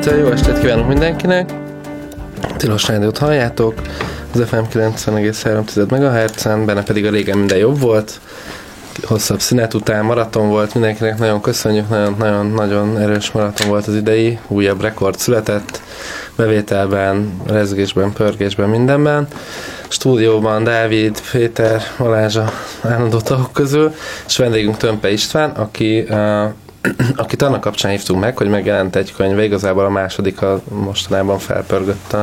Hát jó estét kívánok mindenkinek! Tilos Rádiót halljátok, az FM 90,3 MHz-en, benne pedig a régen minden jobb volt. Hosszabb szünet után maraton volt, mindenkinek nagyon köszönjük, nagyon erős maraton volt az idei, újabb rekord született, bevételben, rezgésben, pörgésben, mindenben. Stúdióban Dávid, Péter, Balázs a állandó tagok közül, és vendégünk Tömpe István, akit annak kapcsán hívtunk meg, hogy megjelent egy könyve, igazából a második a mostanában felpörgött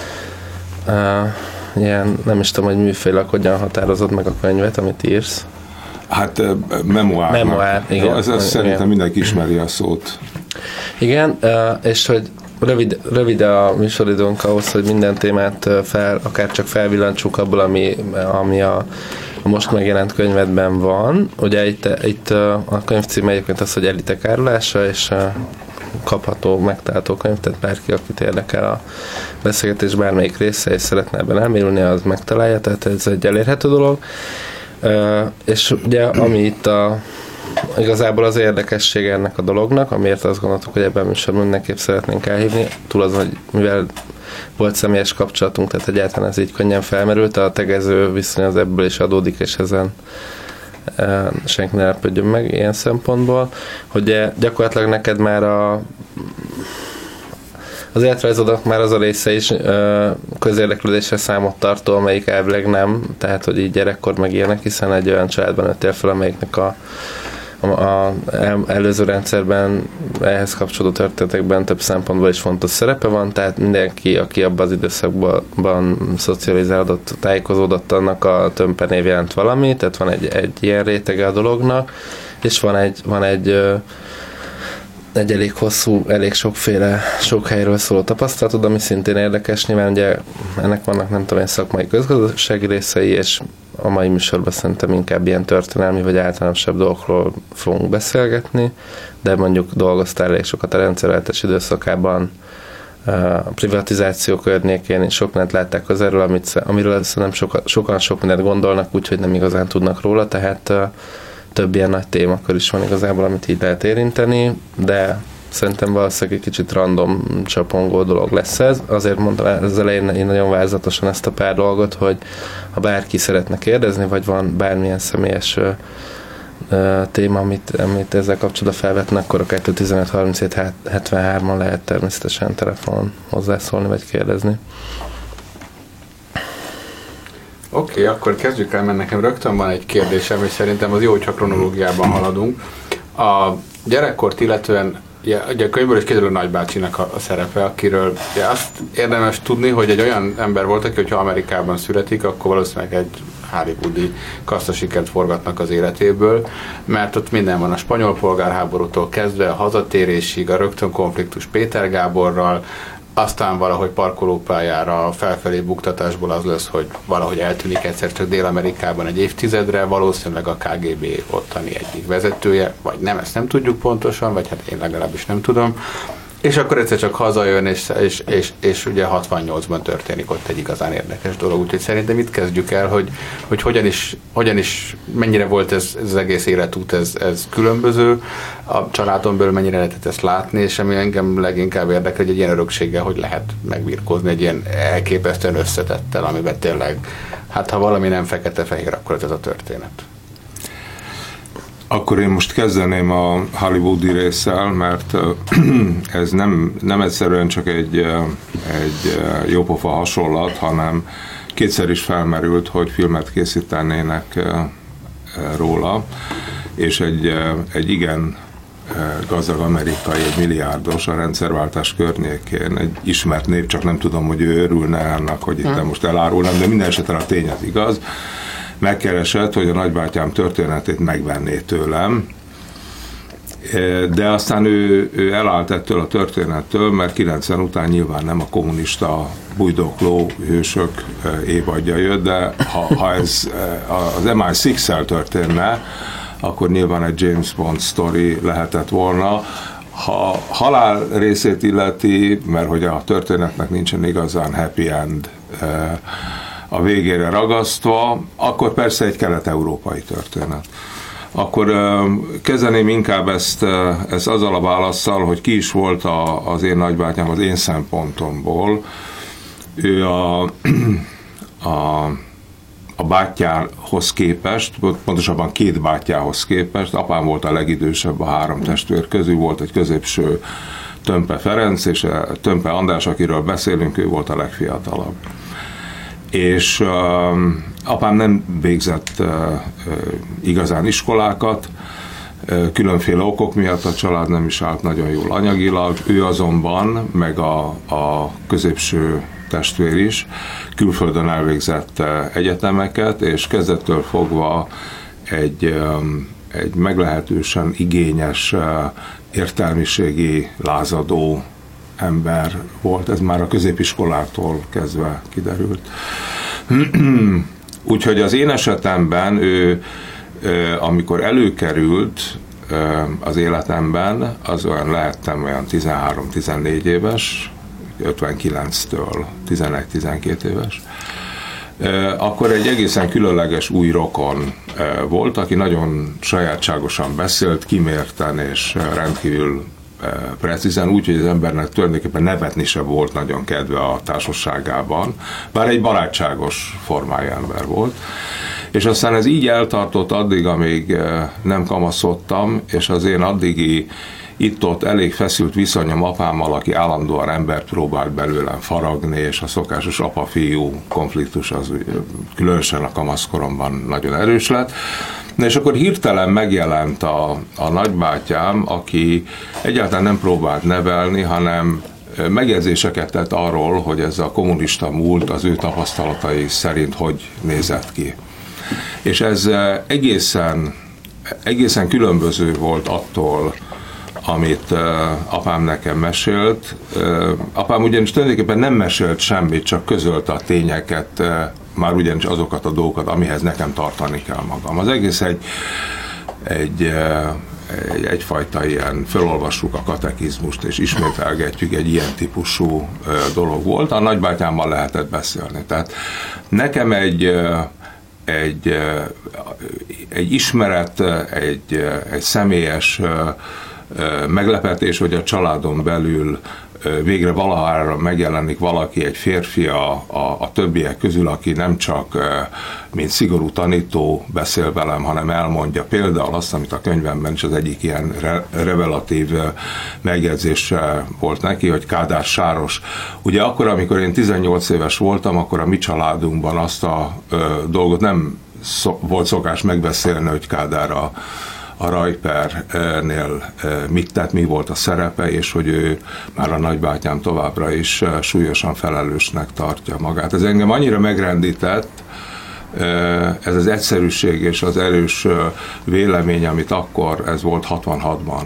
ilyen, nem is tudom, hogy műfajilag hogyan határozod meg a könyvet, amit írsz. Hát memoár, igen. Ez szerintem mindenki ismeri a szót. Igen, és hogy rövid a műsoridőnk ahhoz, hogy minden témát akár csak felvillantsuk abból, ami a most megjelent könyvedben van. Ugye itt a könyv címe egyébként az, hogy Elitek árulása, és kapható, megtalálható könyv, tehát bárki, akit érdekel a beszélgetés bármelyik része, és szeretne ebben elmélyülni, az megtalálja, tehát ez egy elérhető dolog. És ugye ami itt igazából az érdekessége ennek a dolognak, amiért azt gondoltuk, hogy ebben műsorban mindenképp szeretnénk elhívni, túl az, hogy mivel volt személyes kapcsolatunk, tehát egyáltalán ez így könnyen felmerült, a tegező viszony az ebből is adódik, és ezen senki ne lepődjön meg ilyen szempontból, hogy gyakorlatilag neked már az életrajzodnak már az a része is közérdeklődésre számot tartó, amelyik elvileg nem, tehát hogy így gyerekkor meg ilyenek, hiszen egy olyan családban nőttél fel, amelyiknek a előző rendszerben ehhez kapcsolódó történetekben több szempontból is fontos szerepe van, tehát mindenki, aki abban az időszakban szocializálódott, tájékozódott, annak a Tömpe név jelent valami, tehát van egy ilyen rétege a dolognak, és van egy elég hosszú, elég sokféle, sok helyről szóló tapasztalatod, ami szintén érdekes. Nyilván ugye ennek vannak nem tudom, szakmai közgazdasági részei, és a mai műsorban szerintem inkább ilyen történelmi vagy általánosabb dolgokról fogunk beszélgetni, de mondjuk dolgoztál elég sokat a rendszerváltás időszakában, a privatizáció környékén, és sok mindent látták közelről, amiről szerintem sokan sok mindent gondolnak, úgyhogy nem igazán tudnak róla, tehát több ilyen nagy témakör is van igazából, amit így lehet érinteni, de szerintem valószínűleg egy kicsit random csapongó dolog lesz ez. Azért mondtam az elején én nagyon vázlatosan ezt a pár dolgot, hogy ha bárki szeretne kérdezni, vagy van bármilyen személyes téma, amit ezzel kapcsolatban felvetnek, akkor a 215 37 73-on lehet természetesen telefonon hozzászólni, vagy kérdezni. Oké, akkor kezdjük el, mert nekem rögtön van egy kérdésem, és szerintem az jó, hogyha kronológiában haladunk. A gyerekkort illetően, ugye a könyvből is kiderül a nagybácsinak a szerepe, akiről azt érdemes tudni, hogy egy olyan ember volt, aki, hogyha Amerikában születik, akkor valószínűleg egy hollywoodi kasszasikert forgatnak az életéből, mert ott minden van a spanyol polgárháborútól kezdve, a hazatérésig, a rögtön konfliktus Péter Gáborral, aztán valahogy parkolópályára felfelé buktatásból az lesz, hogy valahogy eltűnik egyszer csak Dél-Amerikában egy évtizedre, valószínűleg a KGB ottani egyik vezetője, vagy nem, ezt nem tudjuk pontosan, vagy hát én legalábbis nem tudom. És akkor egyszer csak hazajön, és ugye 68-ban történik ott egy igazán érdekes dolog. Úgyhogy szerintem itt kezdjük el, hogy hogyan is mennyire volt ez az egész életút, ez különböző, a családon belül mennyire lehetett ezt látni, és ami engem leginkább érdekel, hogy egy ilyen örökséggel hogy lehet megbirkózni egy ilyen elképesztően összetettel, amiben tényleg, hát ha valami nem fekete-fehér, akkor ez a történet. Akkor én most kezdeném a hollywoodi résszel, mert ez nem egyszerűen csak egy jópofa hasonlat, hanem kétszer is felmerült, hogy filmet készítenének róla, és egy igen gazdag amerikai, egy milliárdos a rendszerváltás környékén, egy ismert név, csak nem tudom, hogy ő örülne annak, hogy itt most elárulnám, de minden esetben a tény az igaz, megkeresett, hogy a nagybátyám történetét megvenné tőlem, de aztán ő elállt ettől a történettől, mert 90 után nyilván nem a kommunista bujdokló hősök évadja jött, de ha ez az MI6-szel történne, akkor nyilván egy James Bond sztori lehetett volna. Ha halál részét illeti, mert hogy a történetnek nincsen igazán happy end a végére ragasztva, akkor persze egy kelet-európai történet. akkor kezdeném inkább ezt azzal a válasszal, hogy ki is volt az én nagybátyám az én szempontomból. Ő a bátyjához képest, pontosabban 2 bátyjához képest, apám volt a legidősebb a 3 testvér közül, volt egy középső, Tömpe Ferenc, és Tömpe András, akiről beszélünk, ő volt a legfiatalabb. És apám nem végzett igazán iskolákat, különféle okok miatt a család nem is állt nagyon jól anyagilag, ő azonban, meg a középső testvér is külföldön elvégzett egyetemeket, és kezdettől fogva egy meglehetősen igényes, értelmiségi, lázadó ember volt. Ez már a középiskolától kezdve kiderült. Úgyhogy az én esetemben ő, amikor előkerült az életemben, az olyan lehettem olyan 13-14 éves, 59-től 11-12 éves, akkor egy egészen különleges új rokon volt, aki nagyon sajátságosan beszélt, kimérten és rendkívül precízen, úgy, hogy az embernek tulajdonképpen nevetni sem volt nagyon kedve a társaságában, bár egy barátságos formájú ember volt. És aztán ez így eltartott addig, amíg nem kamaszodtam, és az én addigi itt-ott elég feszült viszonyom apámmal, aki állandóan embert próbált belőlem faragni, és a szokásos apa-fiú konfliktus az különösen a kamaszkoromban nagyon erős lett. Na és akkor hirtelen megjelent a nagybátyám, aki egyáltalán nem próbált nevelni, hanem megjegyzéseket tett arról, hogy ez a kommunista múlt az ő tapasztalatai szerint hogy nézett ki. És ez egészen különböző volt attól, amit apám nekem mesélt. Apám ugyanis tulajdonképpen nem mesélt semmit, csak közölte a tényeket, már ugyanis azokat a dolgokat, amihez nekem tartani kell magam. Az egész egyfajta ilyen, felolvassuk a katekizmust, és ismételgetjük, egy ilyen típusú dolog volt. A nagybátyámmal lehetett beszélni. Tehát nekem egy ismeret, egy személyes meglepetés, hogy a családon belül végre valahára megjelenik valaki, egy férfi a többiek közül, aki nem csak mint szigorú tanító beszél velem, hanem elmondja például azt, amit a könyvemben is az egyik ilyen revelatív megjegyzés volt neki, hogy Kádár Sáros. Ugye akkor, amikor én 18 éves voltam, akkor a mi családunkban azt a dolgot nem volt szokás megbeszélni, hogy Kádár a Rajpernél mit tett, mi volt a szerepe, és hogy ő már a nagybátyám továbbra is súlyosan felelősnek tartja magát. Ez engem annyira megrendített, ez az egyszerűség és az erős vélemény, amit akkor, ez volt 66-ban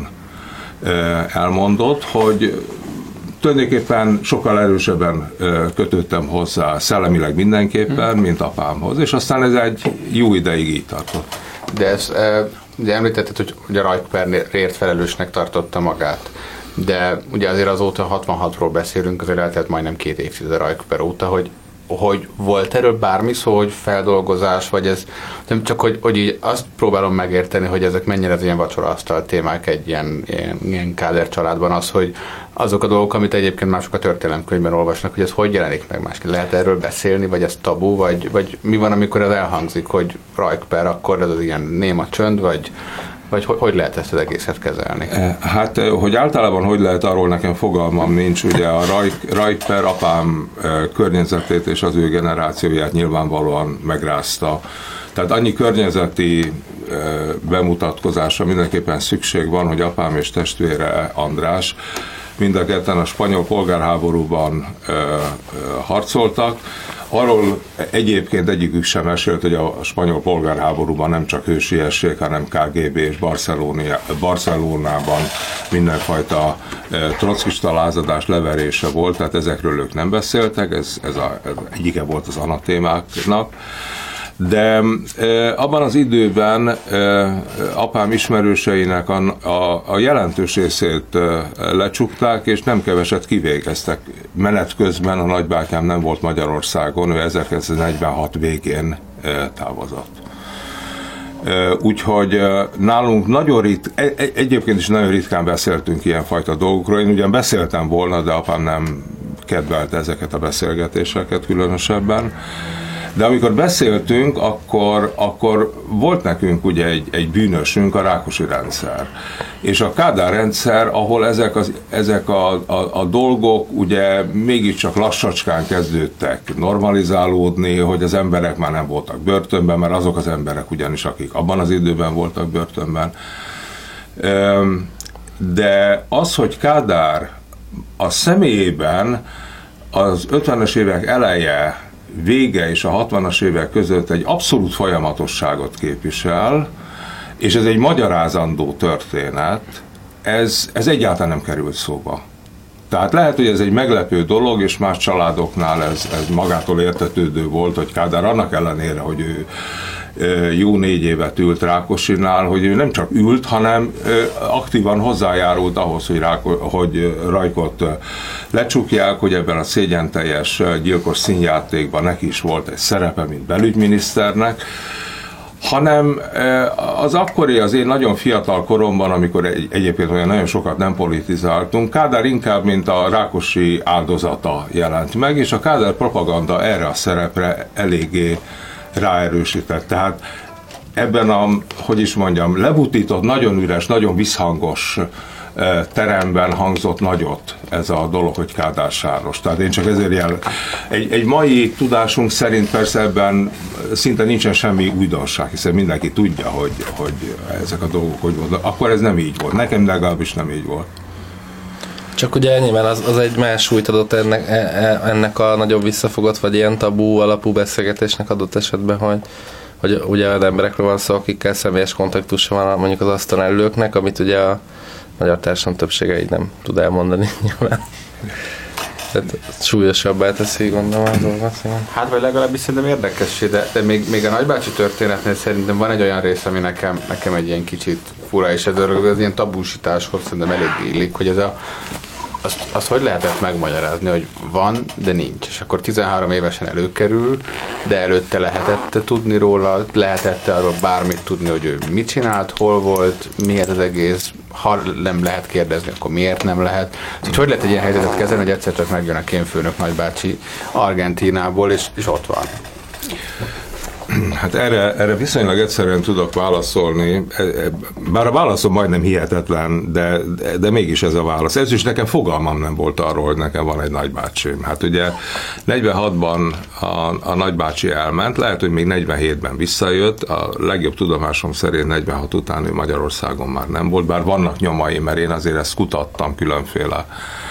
elmondott, hogy tulajdonképpen sokkal erősebben kötődtem hozzá szellemileg mindenképpen, mint apámhoz, és aztán ez egy jó ideig így tartott. De ez, ugye említetted, hogy a Rajperért felelősnek tartotta magát, de ugye azért azóta 66-ról beszélünk, azért eltelt majdnem 2 évtized a Rajper óta, hogy volt erről bármi szó, hogy feldolgozás, vagy ez, nem csak, hogy így azt próbálom megérteni, hogy ezek mennyire az ilyen vacsoraasztal témák egy ilyen Kádár családban, az, hogy azok a dolgok, amit egyébként mások a történelemkönyvben olvasnak, hogy ez hogy jelenik meg másként. Lehet erről beszélni, vagy ez tabu, vagy mi van, amikor ez elhangzik, hogy Rajper, akkor ez az ilyen néma csönd, vagy hogy lehet ezt az egészet kezelni? Hát, hogy általában hogy lehet, arról nekem fogalmam nincs. Ugye a Rajper apám környezetét és az ő generációját nyilvánvalóan megrázta. Tehát annyi környezeti bemutatkozásra mindenképpen szükség van, hogy apám és testvére András mind a ketten a spanyol polgárháborúban harcoltak. Arról egyébként egyikük sem mesélt, hogy a spanyol polgárháborúban nem csak hősiesség, hanem KGB és Barcelonában mindenfajta trockista lázadás leverése volt, tehát ezekről ők nem beszéltek, ez egyike volt az anatémáknak. De abban az időben apám ismerőseinek a jelentős részét lecsukták, és nem keveset kivégeztek. Menet közben a nagybátyám nem volt Magyarországon, ő 1946 végén távozott. Úgyhogy nálunk nagyon egyébként is nagyon ritkán beszéltünk ilyenfajta dolgokról. Én ugyan beszéltem volna, de apám nem kedvelte ezeket a beszélgetéseket különösebben. De amikor beszéltünk, akkor volt nekünk ugye egy bűnösünk, a Rákosi rendszer. És a Kádár rendszer, ahol ezek a dolgok ugye mégiscsak lassacskán kezdődtek normalizálódni, hogy az emberek már nem voltak börtönben, mert azok az emberek ugyanis, akik abban az időben voltak börtönben. De az, hogy Kádár a személyében az 50-es évek eleje, vége és a 60-as évek között egy abszolút folyamatosságot képvisel, és ez egy magyarázandó történet, ez egyáltalán nem került szóba. Tehát lehet, hogy ez egy meglepő dolog, és más családoknál ez magától értetődő volt, hogy Kádár annak ellenére, hogy ő jó 4 évet ült Rákosinál, hogy ő nem csak ült, hanem aktívan hozzájárult ahhoz, hogy Rajkot lecsukják, hogy ebben a szégyenteljes gyilkos színjátékban neki is volt egy szerepe, mint belügyminiszternek, hanem az akkori, az én nagyon fiatal koromban, amikor egyébként olyan nagyon sokat nem politizáltunk, Kádár inkább, mint a Rákosi áldozata jelent meg, és a Kádár propaganda erre a szerepre eléggé ráerősített. Tehát ebben a, hogy is mondjam, lebutított, nagyon üres, nagyon visszhangos teremben hangzott nagyot ez a dolog, hogy Kádár Sáros. Tehát én csak ezért egy mai tudásunk szerint persze ebben szinte nincsen semmi újdonság, hiszen mindenki tudja, hogy ezek a dolgok hogy voltak. Akkor ez nem így volt. Nekem legalábbis nem így volt. Csak ugye nyilván az egy más súlyt adott ennek a nagyobb visszafogott, vagy ilyen tabú alapú beszélgetésnek adott esetben, hogy ugye az emberekről van szó, akikkel személyes kontaktusa van mondjuk az asztalon ülőknek, amit ugye a magyar társadalom többsége így nem tud elmondani nyilván. Tehát súlyosabbá teszi, gondolom az dolgot. Hát vagy legalábbis szerintem érdekessé, de még a nagybácsi történetnél szerintem van egy olyan rész, ami nekem egy ilyen kicsit fura, és ez ilyen tabúsításhoz szerintem elég illik, hogy ez azt hogy lehetett megmagyarázni, hogy van, de nincs. És akkor 13 évesen előkerül, de előtte lehetett tudni róla, lehetett arról bármit tudni, hogy ő mit csinált, hol volt, miért az egész, ha nem lehet kérdezni, akkor miért nem lehet. Hogy lehet egy ilyen helyzetet kezelni, hogy egyszer csak megjön a kémfőnök nagybácsi Argentínából, és ott van. Hát erre viszonylag egyszerűen tudok válaszolni, bár a válaszom majdnem hihetetlen, de mégis ez a válasz. Ez is nekem fogalmam nem volt arról, hogy nekem van egy nagybácsim. Hát ugye 46-ban a nagybácsi elment, lehet, hogy még 47-ben visszajött, a legjobb tudomásom szerint 46 után ő Magyarországon már nem volt, bár vannak nyomai, mert én azért ezt kutattam különféle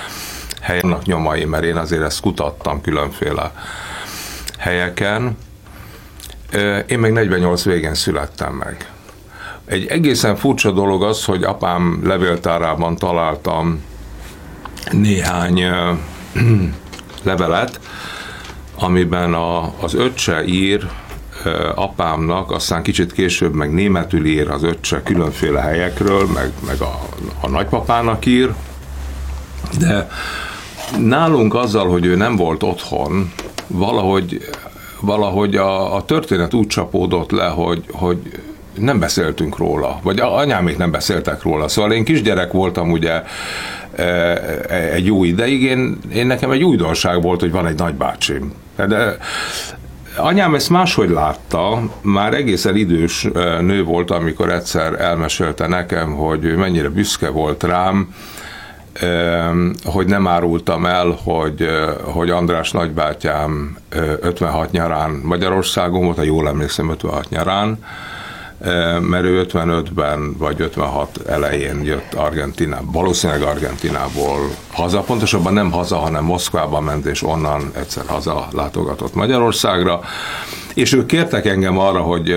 helyeken. Én meg 48 végén születtem meg. Egy egészen furcsa dolog az, hogy apám levéltárában találtam néhány levelet, amiben az öccse ír apámnak, aztán kicsit később meg németül ír az öccse különféle helyekről, meg a nagypapának ír, de nálunk azzal, hogy ő nem volt otthon, valahogy a történet úgy csapódott le, hogy nem beszéltünk róla, vagy anyámék nem beszéltek róla. Szóval én kisgyerek voltam ugye egy jó ideig, én nekem egy újdonság volt, hogy van egy nagybácsim. De anyám ezt máshogy látta, már egészen idős nő volt, amikor egyszer elmesélte nekem, hogy ő mennyire büszke volt rám, hogy nem árultam el, hogy András nagybátyám 56 nyarán Magyarországon volt, ha jól emlékszem 56 nyarán, mert ő 55-ben vagy 56 elején jött Argentínából, valószínűleg Argentínából haza, pontosabban nem haza, hanem Moszkvába ment, és onnan egyszer haza látogatott Magyarországra, és ők kértek engem arra,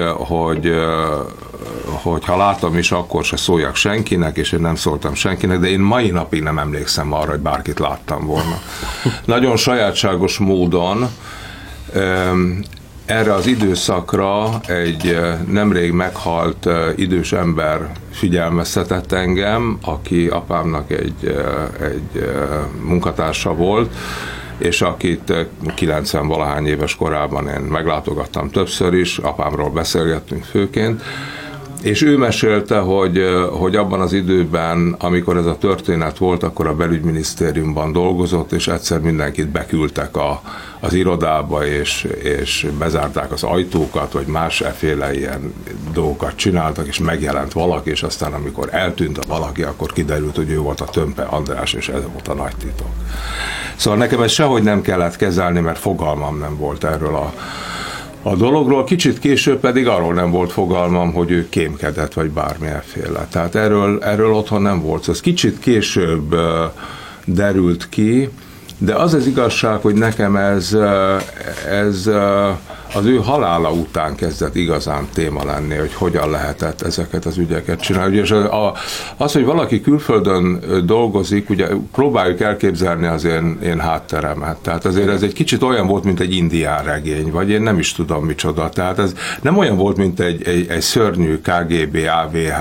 hogy ha látom is, akkor se szóljak senkinek, és én nem szóltam senkinek, de én mai napig nem emlékszem arra, hogy bárkit láttam volna. Nagyon sajátságos módon erre az időszakra egy nemrég meghalt idős ember figyelmeztetett engem, aki apámnak egy munkatársa volt, és akit 90-valahány éves korában én meglátogattam többször is, apámról beszélgettünk főként, És ő mesélte, hogy abban az időben, amikor ez a történet volt, akkor a belügyminisztériumban dolgozott, és egyszer mindenkit beküldtek az irodába, és bezárták az ajtókat, vagy más efféle ilyen dolgokat csináltak, és megjelent valaki, és aztán amikor eltűnt a valaki, akkor kiderült, hogy ő volt a Tömpe András, és ez volt a nagy titok. Szóval nekem ezt sehogy nem kellett kezelni, mert fogalmam nem volt erről a dologról, kicsit később pedig arról nem volt fogalmam, hogy ő kémkedett, vagy bármilyenféle. Tehát erről otthon nem volt. Ez kicsit később derült ki, de az igazság, hogy nekem ez az ő halála után kezdett igazán téma lenni, hogy hogyan lehetett ezeket az ügyeket csinálni. És az, hogy valaki külföldön dolgozik, ugye próbáljuk elképzelni az én hátteremet. Tehát azért ez egy kicsit olyan volt, mint egy indián regény, vagy én nem is tudom micsoda. Tehát ez nem olyan volt, mint egy szörnyű KGB, AVH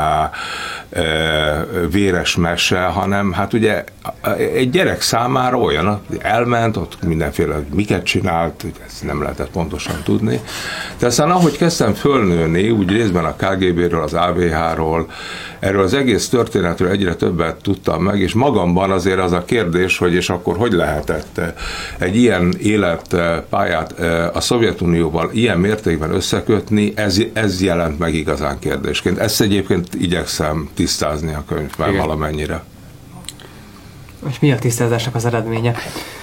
véres mese, hanem hát ugye egy gyerek számára olyan, elment, ott mindenféle, miket csinált, ezt nem lehetett pontosan tudni. De aztán ahogy kezdtem fölnőni, úgy részben a KGB-ről, az AVH-ról, erről az egész történetről egyre többet tudtam meg, és magamban azért az a kérdés, hogy és akkor hogy lehetett egy ilyen életpályát a Szovjetunióval ilyen mértékben összekötni, ez jelent meg igazán kérdésként. Ezt egyébként igyekszem tisztázni a könyvben. Igen. Valamennyire. És mi a tisztázásnak az eredménye?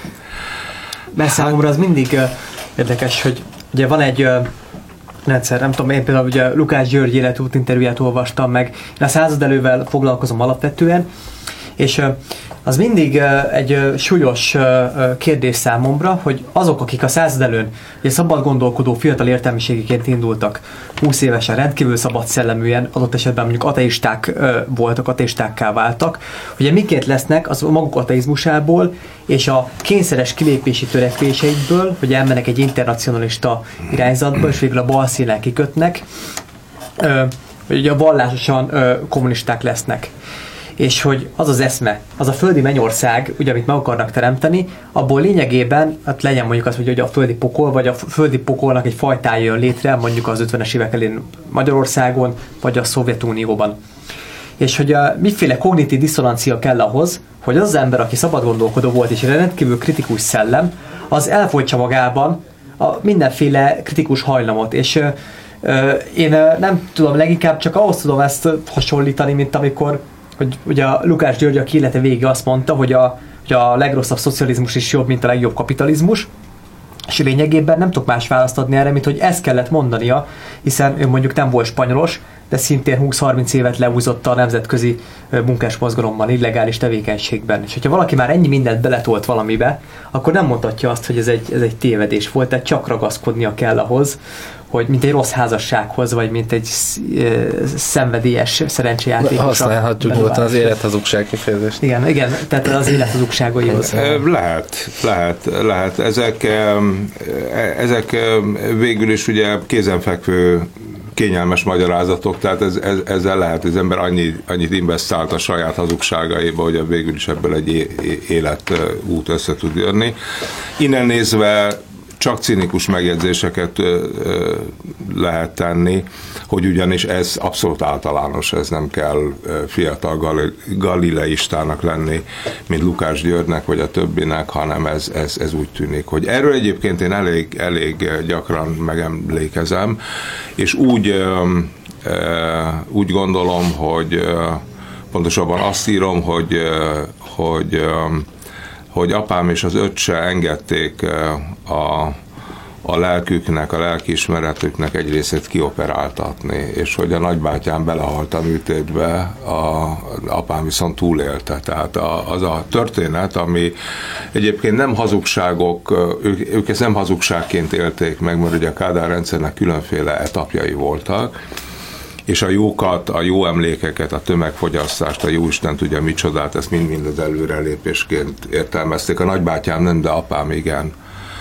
Mert számomra az mindig érdekes, hogy ugye van egy rendszer, nem tudom, én például ugye Lukács György életút interjúját olvastam meg, én a századelővel foglalkozom alapvetően, és az mindig egy súlyos kérdés számomra, hogy azok, akik a századelőn ugye szabad gondolkodó fiatal értelmiségiként indultak, 20 évesen rendkívül szabad szelleműen, adott esetben mondjuk ateisták voltak, ateistákká váltak, ugye miként lesznek az maguk ateizmusából és a kényszeres kilépési törekvéseikből, hogy elmennek egy internacionalista irányzatba, és végül a bal színen kikötnek, hogy ugye vallásosan kommunisták lesznek. És hogy az az eszme, az a földi mennyország, ugye, amit meg akarnak teremteni, abból lényegében, hát legyen mondjuk az, hogy a földi pokol, vagy a földi pokolnak egy fajtája jön létre, mondjuk az 50-es évek elején Magyarországon, vagy a Szovjetunióban. És hogy miféle kognitív diszonancia kell ahhoz, hogy az ember, aki szabad gondolkodó volt, és rendkívül kritikus szellem, az elfolytsa magában a mindenféle kritikus hajlamot, és én nem tudom, leginkább csak ahhoz tudom ezt hasonlítani, mint amikor hogy ugye a Lukács György, aki élete végig azt mondta, hogy a legrosszabb szocializmus is jobb, mint a legjobb kapitalizmus, és lényegében nem tudok más választ adni erre, mint hogy ezt kellett mondania, hiszen ő mondjuk nem volt spanyolos, de szintén 20-30 évet leúzott a nemzetközi munkásmozgalomban, illegális tevékenységben. És hogyha valaki már ennyi mindent beletolt valamibe, akkor nem mondhatja azt, hogy ez egy tévedés volt, tehát csak ragaszkodnia kell ahhoz, hogy mint egy rossz házassághoz, vagy mint egy szenvedélyes szerencsejátékosra. Használhatjuk volt az élethazugság kifejezést. Igen, tehát az élethazugságaihoz. Lehet. Ezek végül is ugye kézenfekvő kényelmes magyarázatok, tehát ezzel lehet, az ember annyit investált a saját hazugságaiba, hogy végül is ebből egy életút össze tud jönni. Innen nézve csak cinikus megjegyzéseket lehet tenni, hogy ugyanis ez abszolút általános, ez nem kell fiatal galileistának lenni, mint Lukács Györgynek vagy a többinek, hanem ez úgy tűnik, hogy erről egyébként én elég gyakran megemlékezem, és úgy gondolom, hogy pontosabban azt írom, hogy apám és az öccse engedték a lelküknek, a lelkiismeretüknek egy részét kioperáltatni, és hogy a nagybátyám belehalt a műtétbe, apám viszont túlélte. Tehát az a történet, ami egyébként nem hazugságok, ők ezt nem hazugságként élték meg, mert ugye a Kádár rendszernek különféle etapjai voltak, és a jókat, a jó emlékeket, a tömegfogyasztást, a jóisten tudja micsodát, ezt mind az előrelépésként értelmezték. A nagybátyám nem, de apám igen.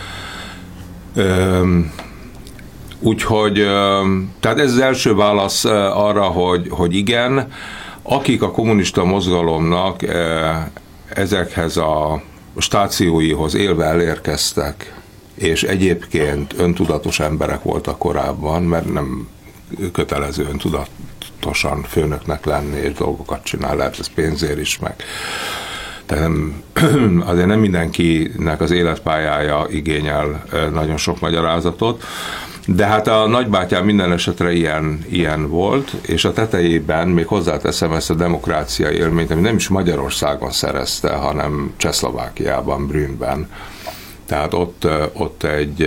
Úgyhogy, tehát ez az első válasz arra, hogy igen, akik a kommunista mozgalomnak ezekhez a stációihoz élve elérkeztek, és egyébként öntudatos emberek voltak korábban, mert nem kötelező folyamatosan főnöknek lenni, és dolgokat csinál, lehet ez pénzért is meg. De azért nem mindenkinek az életpályája igényel nagyon sok magyarázatot, de hát a nagybátyám minden esetre ilyen volt, és a tetejében még hozzáteszem ezt a demokrácia élményt, ami nem is Magyarországon szerezte, hanem Csehszlovákiában, Brünnben. Tehát ott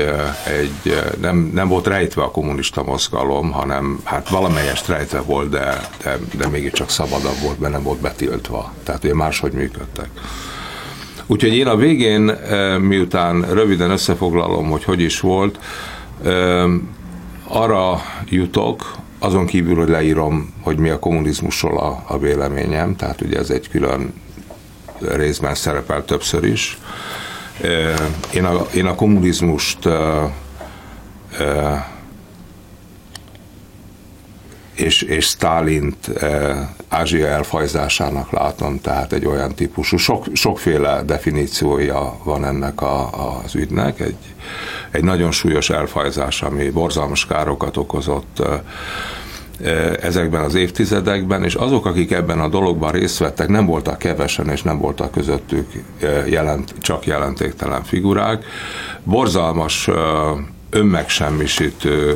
nem volt rejtve a kommunista mozgalom, hanem hát valamelyest rejtve volt, de mégiscsak szabadabb volt, mert nem volt betiltva. Tehát ugye máshogy működtek. Úgyhogy én a végén, miután röviden összefoglalom, hogy is volt, arra jutok, azon kívül, hogy leírom, hogy mi a kommunizmusról a véleményem, tehát ugye ez egy külön részben szerepel többször is. Én a kommunizmust és Sztálint Ázsia elfajzásának látom, tehát egy olyan típusú, sokféle definíciója van ennek az ügynek, egy nagyon súlyos elfajzás, ami borzalmas károkat okozott ezekben az évtizedekben, és azok, akik ebben a dologban részt vettek, nem voltak kevesen, és nem voltak közöttük csak jelentéktelen figurák. Borzalmas, önmegsemmisítő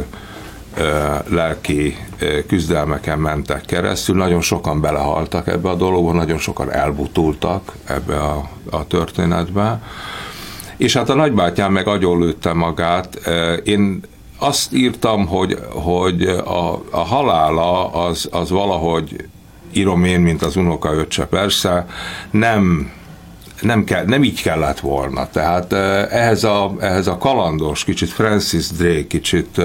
lelki küzdelmeken mentek keresztül, nagyon sokan belehaltak ebbe a dologba, nagyon sokan elbutultak ebbe a történetbe, és hát a nagybátyám meg agyonlőtte magát. Én azt írtam, hogy a halála az valahogy, írom én, mint az unokaöccse persze, nem így kellett volna. Tehát ehhez a kalandos, kicsit Francis Drake, kicsit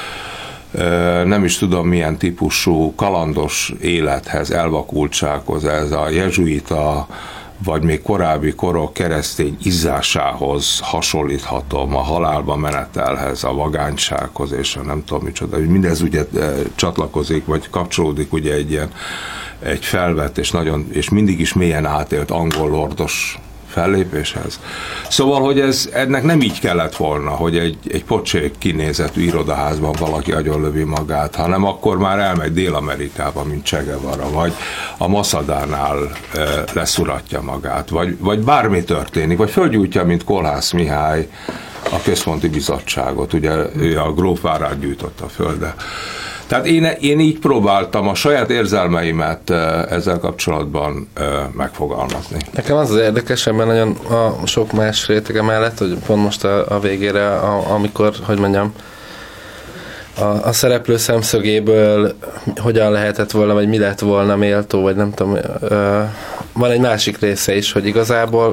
nem is tudom milyen típusú kalandos élethez, elvakultsághoz, ez a jezsuita, vagy még korábbi korok keresztény izzásához hasonlíthatom, a halálba menetelhez, a vagánysághoz, és a nem tudom micsoda, hogy mindez ugye csatlakozik, vagy kapcsolódik ugye egy felvett, és mindig is mélyen átélt angol lordos fellépéshez. Szóval, hogy ennek nem így kellett volna, hogy egy pocsék kinézetű irodaházban valaki agyonlövi magát, hanem akkor már elmegy Dél-Amerikába, mint Che Guevara, vagy a Masadánál leszuratja magát, vagy bármi történik, vagy fölgyújtja, mint Kolhász Mihály a központi bizottságot, ugye ő a grófvárát gyújtotta föl, de tehát én így próbáltam a saját érzelmeimet ezzel kapcsolatban megfogalmazni. Nekem az érdekes ebben nagyon a sok más rétege mellett, hogy pont most a végére, amikor, hogy mondjam, a szereplő szemszögéből hogyan lehetett volna, vagy mi lett volna méltó, vagy nem tudom, van egy másik része is, hogy igazából,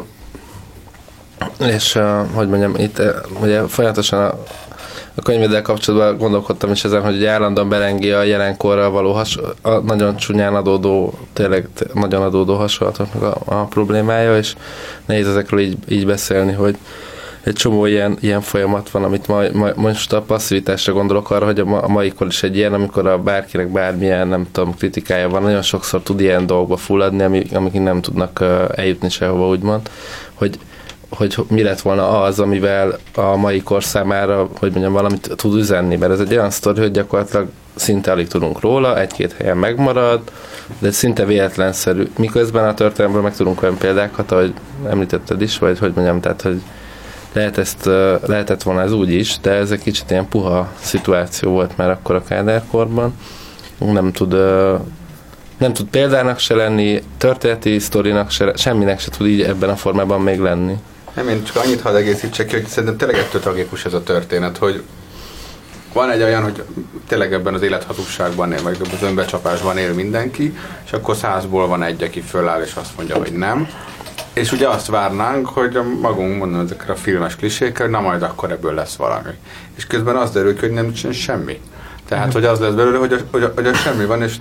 és hogy mondjam, itt ugye folyamatosan a könyveddel kapcsolatban gondolkodtam is ezen, hogy állandóan belengi a jelenkorral való a nagyon csúnyán adódó, tényleg nagyon adódó hasonlatoknak a problémája, és nehéz ezekről így beszélni, hogy egy csomó ilyen folyamat van, amit most a passzivitásra gondolok arra, hogy a mai kor is egy ilyen, amikor a bárkinek bármilyen, nem tudom, kritikája van, nagyon sokszor tud ilyen dolgokba fulladni, amik nem tudnak eljutni sehova, úgymond, hogy mi lett volna az, amivel a mai kor számára, hogy mondjam, valamit tud üzenni, mert ez egy olyan sztori, hogy gyakorlatilag szinte alig tudunk róla, egy-két helyen megmarad, de szinte véletlenszerű. Miközben a történelemből meg tudunk olyan példákat, ahogy említetted is, vagy hogy mondjam, tehát, hogy lehetett volna ez úgy is, de ez egy kicsit ilyen puha szituáció volt már akkor a Kádár-korban. Nem tud példának se lenni, történeti sztorinak se, semminek se tud így ebben a formában még lenni. Nem, én csak annyit hadd egészítsek ki, hogy szerintem tényleg ettől tragikus ez a történet, hogy van egy olyan, hogy tényleg ebben az élethazugságban él, vagy az önbecsapásban él mindenki, és akkor 100-ból van egy, aki föláll és azt mondja, hogy nem. És ugye azt várnánk, hogy magunk mondom ezekre a filmes klisékre, hogy na majd akkor ebből lesz valami. És közben az derül ki, hogy nem csinál semmi. Tehát, hogy az lesz belőle, hogy a semmi van, és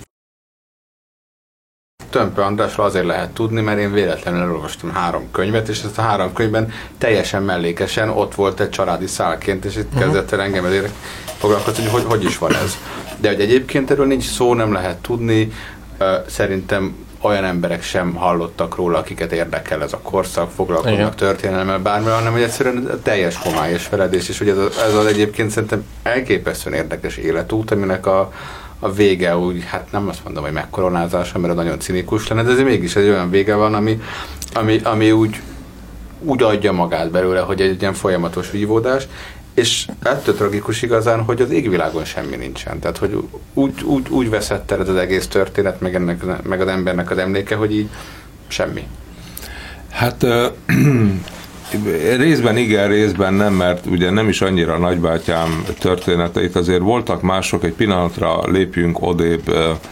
Tömpö Andrásról azért lehet tudni, mert én véletlenül elolvastam 3 könyvet, és ezt a 3 könyvben teljesen mellékesen ott volt egy családi szálként, és itt kezdett el engem ezért foglalkozni, hogy is van ez. De hogy egyébként erről nincs szó, nem lehet tudni, szerintem olyan emberek sem hallottak róla, akiket érdekel ez a korszak, foglalkoznak történelemmel, bármivel, hanem hogy egyszerűen teljes homályos feledés, és hogy ez az egyébként szerintem elképesztően érdekes életút, aminek a a vége úgy, hát nem azt mondom, hogy megkoronázása, mert nagyon cinikus lenne, de azért mégis egy olyan vége van, ami úgy adja magát belőle, hogy egy ilyen folyamatos vívódás, és ettől tragikus igazán, hogy az égvilágon semmi nincsen. Tehát, hogy úgy veszett el ez az egész történet, meg az embernek az emléke, hogy így semmi. Hát részben igen, részben nem, mert ugye nem is annyira a nagybátyám történeteit, azért voltak mások, egy pillanatra lépjünk odébb.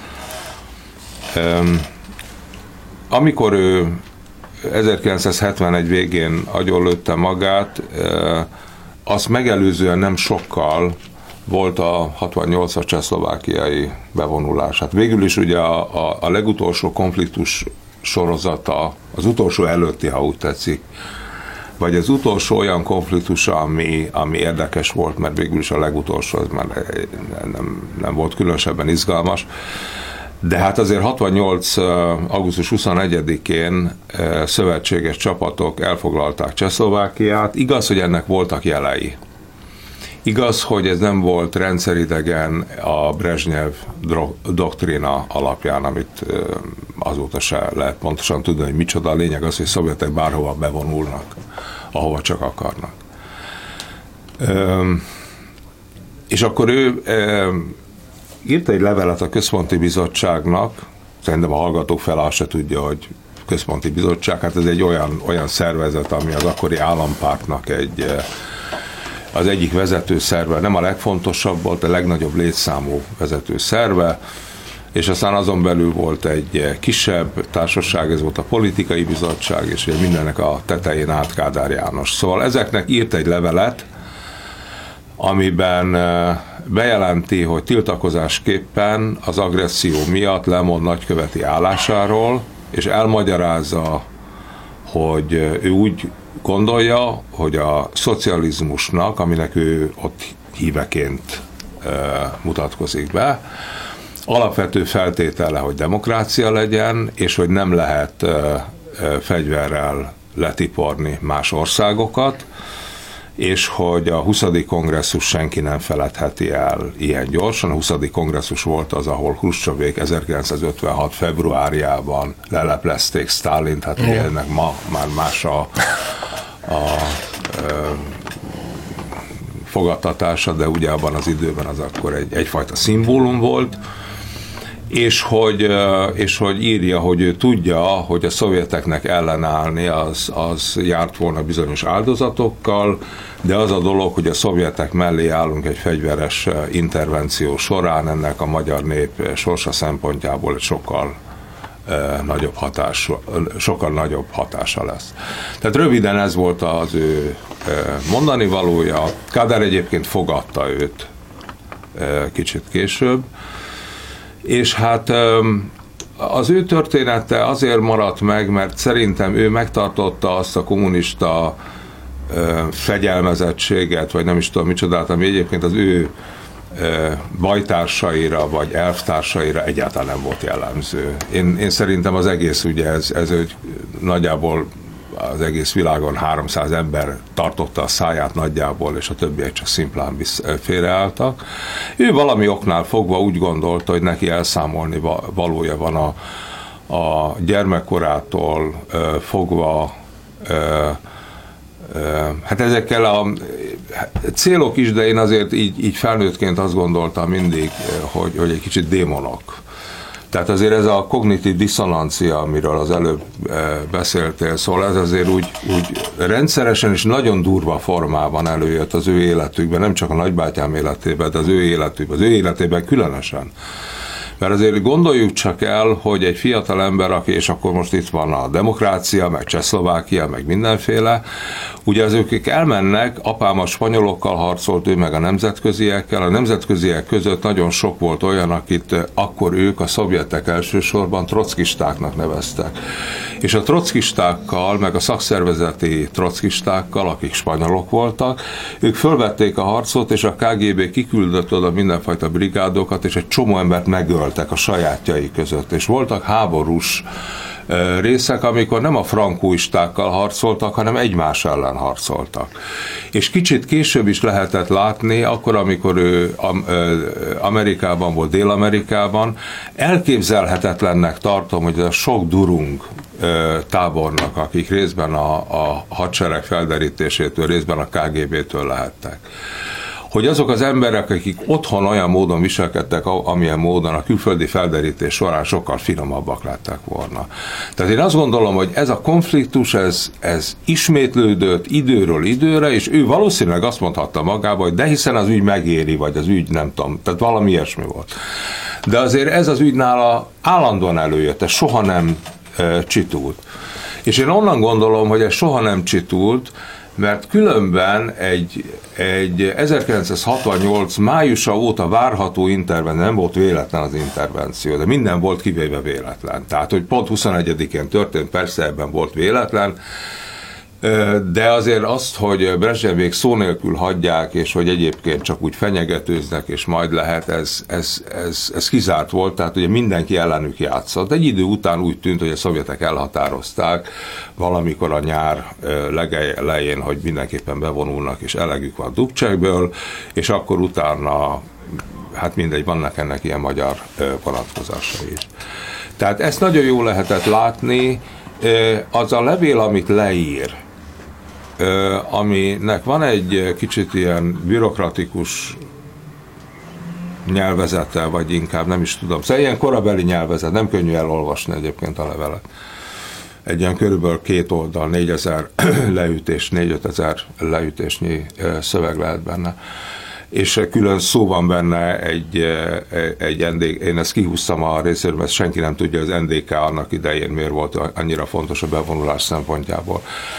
Amikor ő 1971 végén agyonlőtte magát, azt megelőzően nem sokkal volt a 68-as csehszlovákiai bevonulás. Hát végül is ugye a legutolsó konfliktus sorozata, az utolsó előtti, ha úgy tetszik, vagy az utolsó olyan konfliktus, ami érdekes volt, mert végül is a legutolsó, az már nem volt különösebben izgalmas. De hát azért 68. augusztus 21-én szövetséges csapatok elfoglalták Csehszlovákiát. Igaz, hogy ennek voltak jelei. Igaz, hogy ez nem volt rendszeridegen a Brezsnyev doktrína alapján, amit azóta se lehet pontosan tudni, hogy micsoda. A lényeg az, hogy szovjetek bárhova bevonulnak, ahova csak akarnak. És akkor ő írt egy levelet a Központi Bizottságnak, szerintem a hallgatók fele azt se tudja, hogy Központi Bizottság, hát ez egy olyan szervezet, ami az akkori állampártnak az egyik vezető szerve, nem a legfontosabb volt, a legnagyobb létszámú vezető szerve, és aztán azon belül volt egy kisebb társaság, ez volt a Politikai Bizottság, és mindennek a tetején állt Kádár János. Szóval ezeknek írt egy levelet, amiben bejelenti, hogy tiltakozásképpen az agresszió miatt lemond nagyköveti állásáról, és elmagyarázza, hogy ő úgy gondolja, hogy a szocializmusnak, aminek ő ott híveként mutatkozik be, alapvető feltétele, hogy demokrácia legyen, és hogy nem lehet fegyverrel letiporni más országokat, és hogy a 20. kongresszus senki nem feledheti el ilyen gyorsan. A 20. kongresszus volt az, ahol Hruscsovék 1956. februárjában leleplezték Sztálint, hát ennek ma már más a fogadtatása, de ugye abban az időben az akkor egyfajta szimbólum volt, és hogy írja, hogy ő tudja, hogy a szovjeteknek ellenállni az járt volna bizonyos áldozatokkal, de az a dolog, hogy a szovjetek mellé állunk egy fegyveres intervenció során, ennek a magyar nép sorsa szempontjából egy sokkal nagyobb hatása lesz. Tehát röviden ez volt az ő mondani valója. Kádár egyébként fogadta őt kicsit később, és hát az ő története azért maradt meg, mert szerintem ő megtartotta azt a kommunista fegyelmezettséget, vagy nem is tudom micsodát, ami egyébként az ő bajtársaira, vagy elvtársaira egyáltalán nem volt jellemző. Én szerintem az egész, ugye ez nagyjából az egész világon 300 ember tartotta a száját nagyjából, és a többiek csak szimplán félreálltak. Ő valami oknál fogva úgy gondolta, hogy neki elszámolni valója van a gyermekkorától fogva, hát ezekkel a célok is, de én azért így felnőttként azt gondoltam mindig, hogy egy kicsit démonok. Tehát azért ez a kognitív diszonancia, amiről az előbb beszéltél, szóval ez azért úgy rendszeresen és nagyon durva formában előjött az ő életükben, nem csak a nagybátyám életében, de az ő életében különösen. Mert azért gondoljuk csak el, hogy egy fiatal ember, és akkor most itt van a demokrácia, meg Csehszlovákia, meg mindenféle, ugye az ők elmennek, apám a spanyolokkal harcolt, ő meg a nemzetköziekkel, a nemzetköziek között nagyon sok volt olyan, akit akkor ők, a szovjetek elsősorban trockistáknak neveztek. És a trockistákkal, meg a szakszervezeti trockistákkal, akik spanyolok voltak, ők fölvették a harcot, és a KGB kiküldött oda mindenfajta brigádokat, és egy csomó embert megöltek a sajátjai között. És voltak háborús részek, amikor nem a frankóistákkal harcoltak, hanem egymás ellen harcoltak. És kicsit később is lehetett látni, akkor, amikor ő Amerikában volt, Dél-Amerikában, elképzelhetetlennek tartom, hogy a sok durung tábornok, akik részben a hadsereg felderítésétől, részben a KGB-től lehettek, hogy azok az emberek, akik otthon olyan módon viselkedtek, amilyen módon a külföldi felderítés során sokkal finomabbak lettek volna. Tehát én azt gondolom, hogy ez a konfliktus, ez ismétlődött időről időre, és ő valószínűleg azt mondhatta magába, hogy de hiszen az ügy megéri, vagy az ügy nem tudom, tehát valami ilyesmi volt. De azért ez az ügy nála állandóan előjött, ez soha nem csitult. És én onnan gondolom, hogy ez soha nem csitult, mert különben egy 1968 májusa óta várható intervenció, nem volt véletlen az intervenció, de minden volt kivéve véletlen. Tehát, hogy pont 21-én történt, persze ebben volt véletlen, de azért azt, hogy Brezsnyevék szó nélkül hagyják, és hogy egyébként csak úgy fenyegetőznek, és majd lehet, ez kizárt volt, tehát ugye mindenki ellenük játszott. Egy idő után úgy tűnt, hogy a szovjetek elhatározták valamikor a nyár legelején, hogy mindenképpen bevonulnak, és elegük van Dubčekből, és akkor utána, hát mindegy, vannak ennek ilyen magyar vonatkozásai is. Tehát ezt nagyon jól lehetett látni, az a levél, amit leír, aminek van egy kicsit ilyen bürokratikus nyelvezete, vagy inkább nem is tudom. Szóval ilyen korabeli nyelvezet, nem könnyű elolvasni egyébként a levelet. Egy ilyen körülbelül 2 oldal, 4000 leütés, 4-5 ezer leütésnyi szöveg lehet benne. És külön szó van benne egy NDK, én ezt kihúztam a részéről, mert senki nem tudja, az NDK annak idején miért volt annyira fontos a bevonulás szempontjából.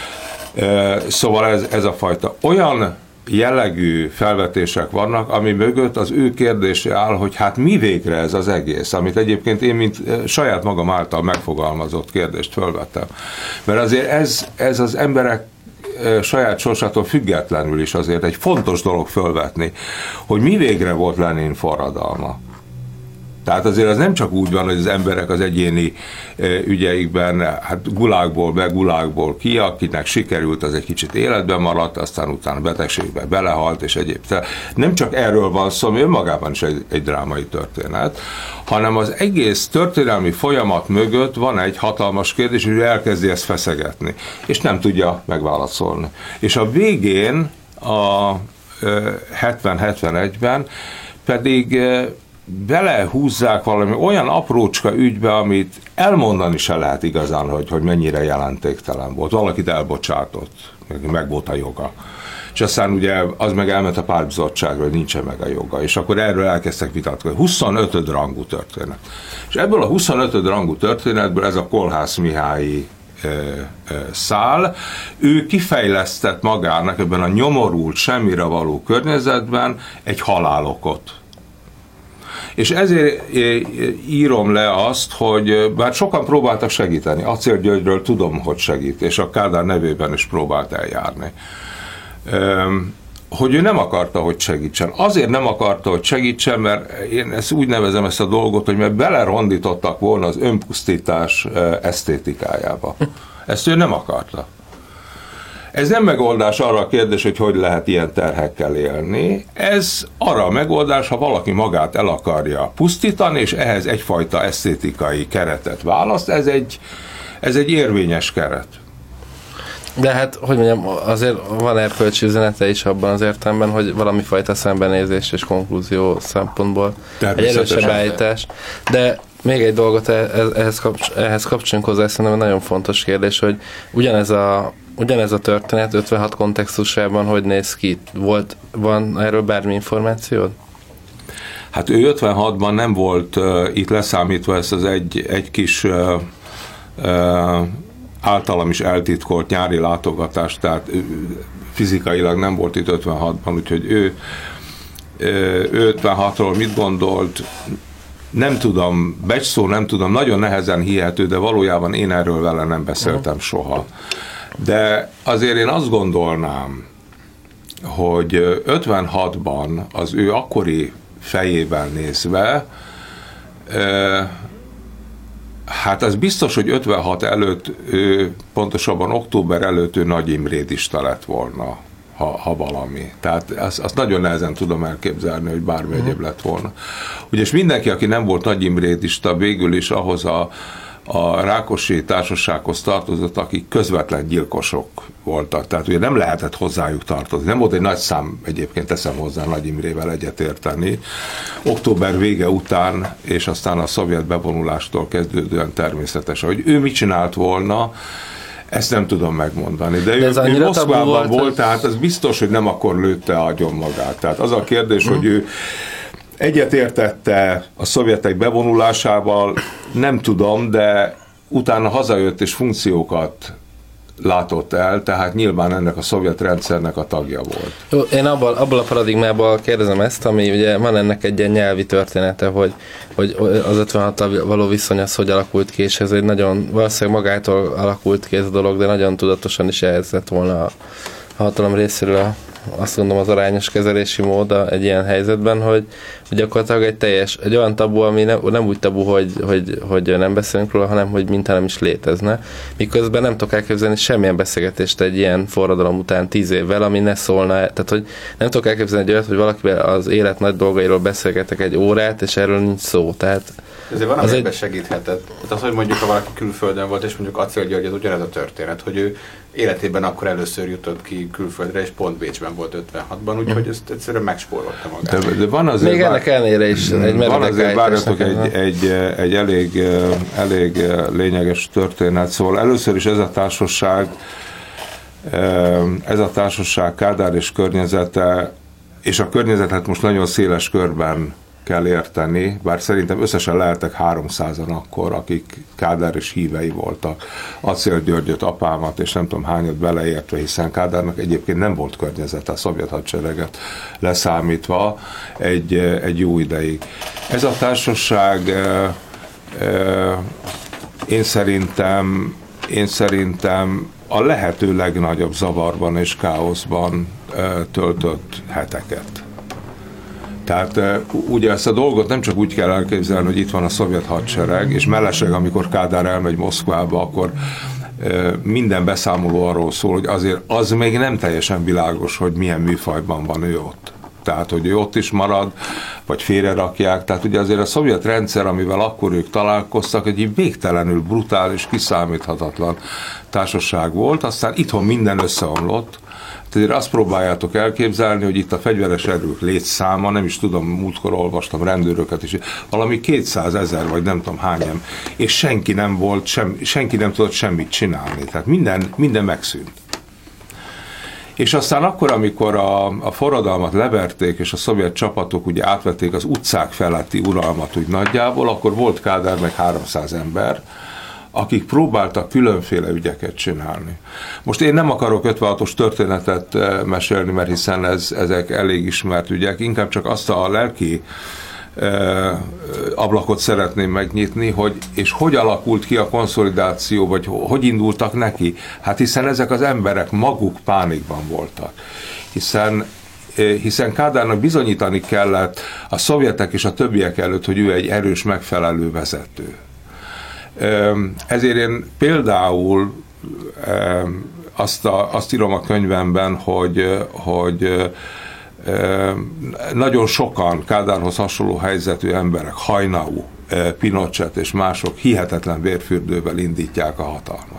Szóval ez a fajta. Olyan jellegű felvetések vannak, ami mögött az ő kérdése áll, hogy hát mi végre ez az egész, amit egyébként én, mint saját magam által megfogalmazott kérdést fölvettem. Mert azért ez az emberek saját sorsától függetlenül is azért egy fontos dolog fölvetni, hogy mi végre volt Lenin forradalma. Tehát azért az nem csak úgy van, hogy az emberek az egyéni ügyeikben, hát gulágból ki, akinek sikerült, az egy kicsit életben maradt, aztán utána betegségbe belehalt, és egyéb. Tehát nem csak erről van szó, ami önmagában is egy drámai történet, hanem az egész történelmi folyamat mögött van egy hatalmas kérdés, hogy ő elkezdi ezt feszegetni, és nem tudja megválaszolni. És a végén, a 70-71-ben pedig belehúzzák valami olyan aprócska ügybe, amit elmondani se lehet igazán, hogy mennyire jelentéktelen volt. Valakit elbocsátott, meg volt a joga. És aztán ugye az meg elment a pártbizottságra, hogy nincsen meg a joga. És akkor erről elkezdtek vitatkozni. 25. rangú történet. És ebből a 25. rangú történetből ez a Kollház Mihályi szál, ő kifejlesztett magának ebben a nyomorult, semmire való környezetben egy halálokot. És ezért írom le azt, hogy bár sokan próbáltak segíteni, Acél Györgyről tudom, hogy segít, és a Kádár nevében is próbált eljárni. Hogy ő nem akarta, hogy segítsen. Azért nem akarta, hogy segítsen, mert én ezt úgy nevezem ezt a dolgot, hogy mert belerondítottak volna az önpusztítás esztétikájába. Ezt ő nem akarta. Ez nem megoldás arra a kérdés, hogy lehet ilyen terhekkel élni. Ez arra a megoldás, ha valaki magát el akarja pusztítani, és ehhez egyfajta esztétikai keretet választ, ez egy érvényes keret. De hát, hogy mondjam, azért van erkölcsi üzenete is abban az értelemben, hogy valami fajta szembenézés és konklúzió szempontból egy erősebb állítás. De még egy dolgot ehhez kapcsolunk hozzá, szerintem nagyon fontos kérdés, hogy ugyanez a történet 56 kontextusában hogy néz ki? Van erről bármi információd? Hát ő 56-ban nem volt itt leszámítva ezt az egy kis általam is eltitkolt nyári látogatást, tehát fizikailag nem volt itt 56-ban, úgyhogy ő 56-ról mit gondolt, nem tudom, becsszó nem tudom, nagyon nehezen hihető, de valójában én erről vele nem beszéltem soha. De azért én azt gondolnám, hogy 56-ban az ő akkori fejében nézve Hát az biztos, hogy 56 előtt, pontosabban október előtt ő Nagy Imrédista lett volna, ha valami. Tehát azt nagyon nehezen tudom elképzelni, hogy bármi egyéb lett volna. Ugye, és mindenki, aki nem volt Nagy Imrédista, végül is ahhoz a Rákosi társasághoz tartozott, akik közvetlen gyilkosok voltak. Tehát ugye nem lehetett hozzájuk tartozni. Nem volt egy nagy szám, egyébként teszem hozzá Nagy Imrével egyetérteni. Október vége után, és aztán a szovjet bevonulástól kezdődően természetesen. Hogy ő mit csinált volna, ezt nem tudom megmondani. De ő Moszkvában volt, tehát az biztos, hogy nem akkor lőtte agyon magát. Tehát az a kérdés, hogy ő egyetértette a szovjetek bevonulásával, nem tudom, de utána hazajött és funkciókat látott el, tehát nyilván ennek a szovjet rendszernek a tagja volt. Jó, én abból a paradigmából kérdezem ezt, ami ugye van ennek egy ilyen nyelvi története, hogy az 56-tal való viszony az hogy alakult ki, és ez egy nagyon, valószínűleg magától alakult ki ez a dolog, de nagyon tudatosan is elhelyezett volna a hatalom részéről azt gondolom az arányos kezelési mód egy ilyen helyzetben, hogy gyakorlatilag egy olyan tabu, ami nem úgy tabu, hogy nem beszélünk róla, hanem hogy mintha nem is létezne. Miközben nem tudok elképzelni semmilyen beszélgetést egy ilyen forradalom után 10 évvel, ami ne szólna, tehát hogy nem tudok elképzelni egy olyat, hogy valakivel az élet nagy dolgairól beszélgetek egy órát, és erről nincs szó. Tehát ezért van, amiben segíthetett. Tehát az, hogy mondjuk, ha valaki külföldön volt, és mondjuk Acél György, az ugyanez a történet, hogy ő életében akkor először jutott ki külföldre, és pont Bécsben volt 56-ban, úgyhogy ezt egyszerűen megspórolta magát. De van azért még ennek ellenére is egy van azért, várjatok, egy elég lényeges történet. Szóval először is ez a társaság Kádár és környezete, és a környezetet most nagyon széles körben kell érteni, bár szerintem összesen lehetek 300-an akkor, akik Kádár és hívei voltak. Acél Györgyöt, apámat, és nem tudom hányat beleértve, hiszen Kádárnak egyébként nem volt környezete, a szovjet hadsereget leszámítva egy jó ideig. Ez a társaság én szerintem a lehető legnagyobb zavarban és káoszban töltött heteket. Tehát ugye ezt a dolgot nem csak úgy kell elképzelni, hogy itt van a szovjet hadsereg, és mellesleg, amikor Kádár elmegy Moszkvába, akkor minden beszámoló arról szól, hogy azért az még nem teljesen világos, hogy milyen műfajban van ő ott. Tehát, hogy ő ott is marad, vagy félrerakják. Tehát ugye azért a szovjet rendszer, amivel akkor ők találkoztak, egy végtelenül brutális, kiszámíthatatlan társaság volt, aztán itthon minden összeomlott. Tehát azt próbáljátok elképzelni, hogy itt a fegyveres erők létszáma, nem is tudom, múltkor olvastam rendőröket is, valami 200 000, vagy nem tudom hányan, és senki nem tudott semmit csinálni. Tehát minden megszűnt. És aztán akkor, amikor a forradalmat leverték, és a szovjet csapatok ugye átvették az utcák feletti uralmat úgy nagyjából, akkor volt Kádár meg 300 ember, akik próbáltak különféle ügyeket csinálni. Most én nem akarok 56-os történetet mesélni, mert hiszen ezek elég ismert ügyek, inkább csak azt a lelki ablakot szeretném megnyitni, és hogy alakult ki a konszolidáció, vagy hogy indultak neki. Hát hiszen ezek az emberek maguk pánikban voltak. Hiszen Kádárnak bizonyítani kellett a szovjetek és a többiek előtt, hogy ő egy erős, megfelelő vezető. Ezért én például azt írom a könyvemben, hogy nagyon sokan Kádárhoz hasonló helyzetű emberek, Hajnau, Pinochet és mások hihetetlen vérfürdővel indítják a hatalmat.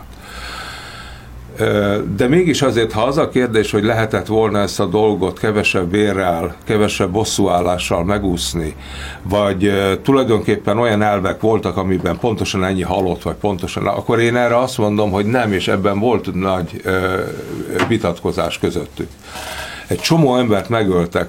De mégis azért, ha az a kérdés, hogy lehetett volna ezt a dolgot kevesebb vérrel, kevesebb bosszúállással megúszni, vagy tulajdonképpen olyan elvek voltak, amiben pontosan ennyi halott, vagy pontosan, akkor én erre azt mondom, hogy nem, és ebben volt nagy vitatkozás közöttük. Egy csomó embert megöltek,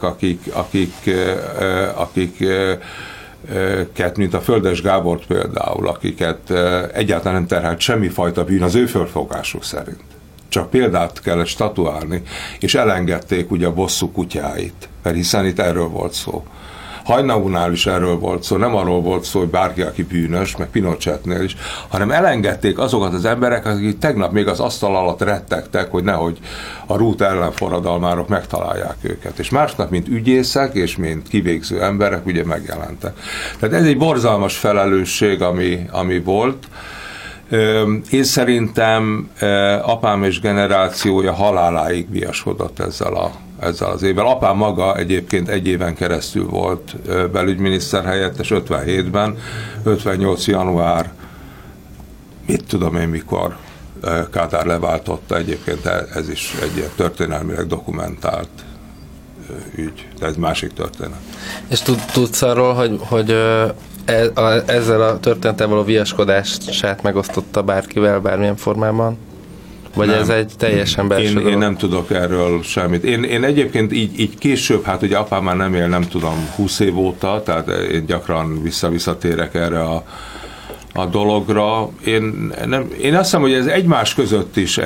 akiket, mint a Földes Gábort például, akiket egyáltalán nem terhelt semmifajta bűn az ő fölfogásuk szerint. Csak példát kellett statuálni, és elengedték ugye a bosszú kutyáit, mert hiszen itt erről volt szó. Hajnaunál is erről volt szó, nem arról volt szó, hogy bárki, aki bűnös, meg Pinochetnél is, hanem elengedték azokat az embereket, akik tegnap még az asztal alatt rettegtek, hogy nehogy a Rút ellenforradalmárok megtalálják őket. És másnap, mint ügyészek és mint kivégző emberek, ugye megjelentek. Tehát ez egy borzalmas felelősség, ami volt. Én szerintem apám és generációja haláláig viaskodott ezzel az évvel. Apám maga egyébként 1 éven keresztül volt belügyminiszter helyettes 57-ben, 58. január, mit tudom én mikor Kádár leváltotta, egyébként ez is egy ilyen történelmileg dokumentált ügy, de ez másik történet. És tudsz arról, hogy ezzel a történettel való viaskodását megosztotta bárkivel, bármilyen formában? Vagy nem. Ez egy teljesen belső dolog? Én nem tudok erről semmit. Én egyébként így később, hát ugye apám már nem él, nem tudom, 20 év óta, tehát én gyakran visszatérek erre a dologra. Én azt hiszem, hogy ez egymás között is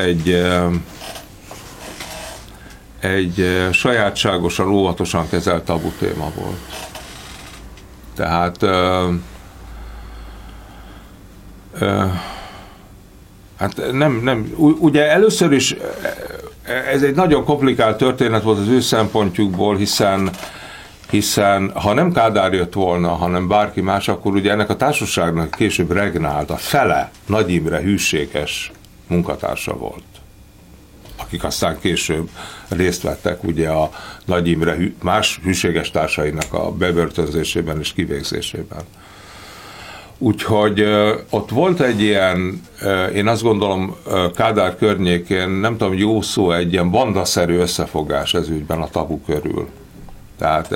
egy sajátságosan, óvatosan kezelt tabu téma volt. Tehát hát nem, ugye először is ez egy nagyon komplikált történet volt az ő szempontjukból, hiszen ha nem Kádár jött volna, hanem bárki más, akkor ugye ennek a társaságnak később regnált a fele Nagy Imre hűséges munkatársa volt, akik aztán később részt vettek ugye a Nagy Imre más hűséges társainak a bebörtönzésében és kivégzésében. Úgyhogy ott volt egy ilyen, én azt gondolom Kádár környékén, nem tudom, jó szó, egy ilyen bandaszerű összefogás ez ügyben a tabu körül. Tehát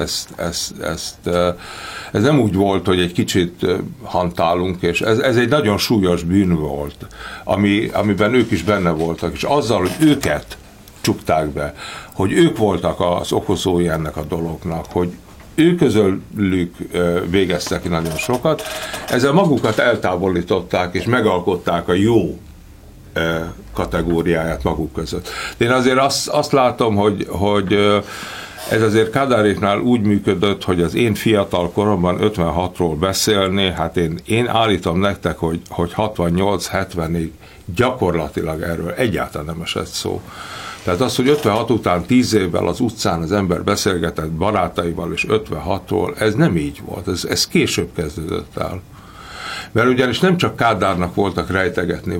ez nem úgy volt, hogy egy kicsit hantálunk, és ez egy nagyon súlyos bűn volt, amiben ők is benne voltak, és azzal, hogy őket csukták be, hogy ők voltak az okozói ennek a dolognak, hogy ő közülük végeztek ki nagyon sokat, ezzel magukat eltávolították, és megalkották a jó kategóriáját maguk között. De én azért azt látom, hogy ez azért Kádáréknál úgy működött, hogy az én fiatal koromban 56-ról beszélni, hát én állítom nektek, hogy 68-70-ig gyakorlatilag erről egyáltalán nem esett szó. Tehát az, hogy 56 után 10 évvel az utcán az ember beszélgetett barátaival, és 56-ról, ez nem így volt, ez később kezdődött el. Mert ugyanis nem csak Kádárnak voltak rejtegetni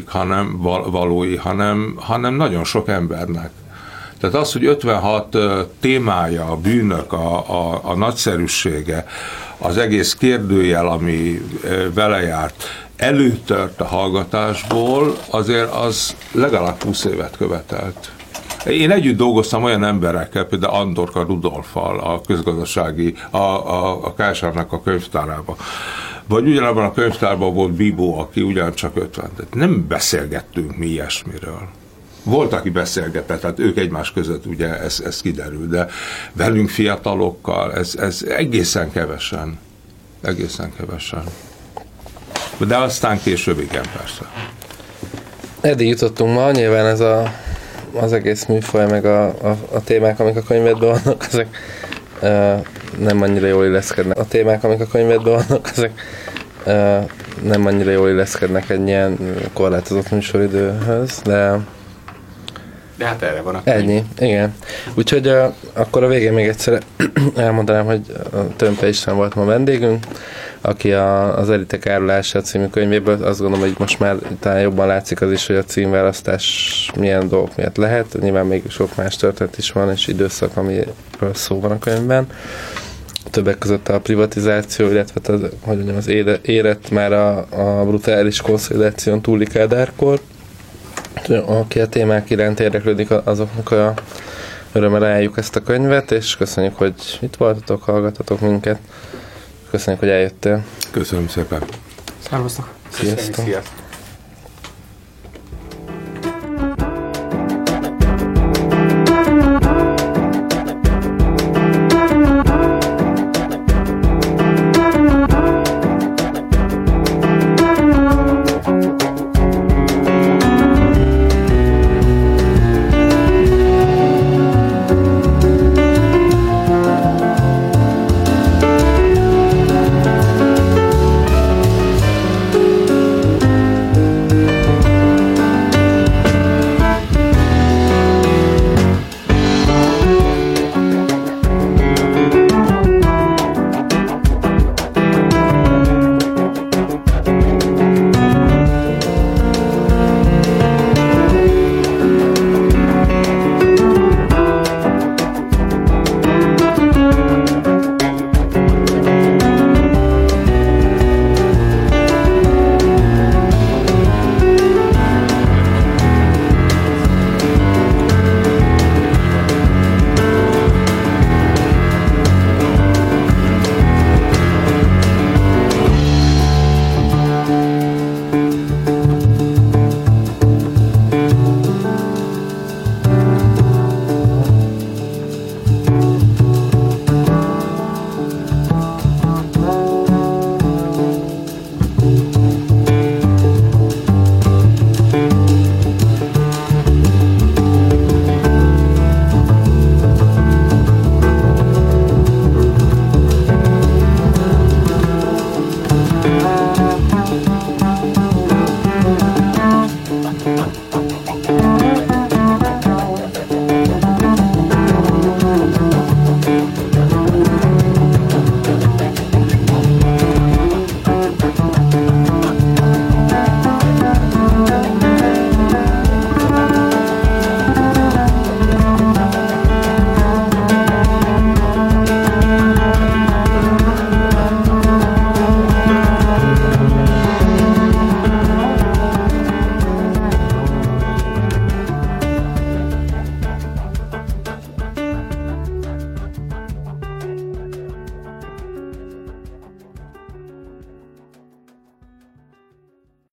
valói, hanem nagyon sok embernek. Tehát az, hogy 56 témája, a bűnök, a nagyszerűsége, az egész kérdőjel, ami vele járt, előtört a hallgatásból, azért az legalább 20 évet követelt. Én együtt dolgoztam olyan emberekkel, például Andorka Rudolffal, a közgazdasági, a KSH-nak a könyvtárában. Vagy ugyanabban a könyvtárban volt Bibó, aki ugyancsak 50. Tehát nem beszélgettünk mi ilyesmiről. Volt, aki beszélgetett, tehát ők egymás között ugye ez kiderül, de velünk fiatalokkal ez egészen kevesen. Egészen kevesen. De aztán később igen, persze. Eddig jutottunk ma, nyilván ez az egész műfaj, meg a témák, amik a könyvedben vannak, ezek nem annyira jól illeszkednek. A témák, amik a könyvedben vannak, ezek nem annyira jól illeszkednek egy ilyen korlátozott műsoridőhöz, de hát erre van a könyv. Ennyi, igen. Úgyhogy akkor a végén még egyszer elmondanám, hogy a Tömpe István volt ma vendégünk, aki az Elitek árulása című könyvéből, azt gondolom, hogy most már talán jobban látszik az is, hogy a címválasztás milyen dolgok miatt lehet. Nyilván még sok más történet is van, és időszak, amiről szó van a könyvben. Többek között a privatizáció, illetve az érett már a brutális konszolidáción túli Kádárkor. Aki a témák iránt érdeklődik, azoknak a örömmel ajánljuk ezt a könyvet, és köszönjük, hogy itt voltatok, hallgatatok minket. Köszönjük, hogy eljöttél. Köszönöm szépen. Szervusztok. Sziasztok. Sziasztok.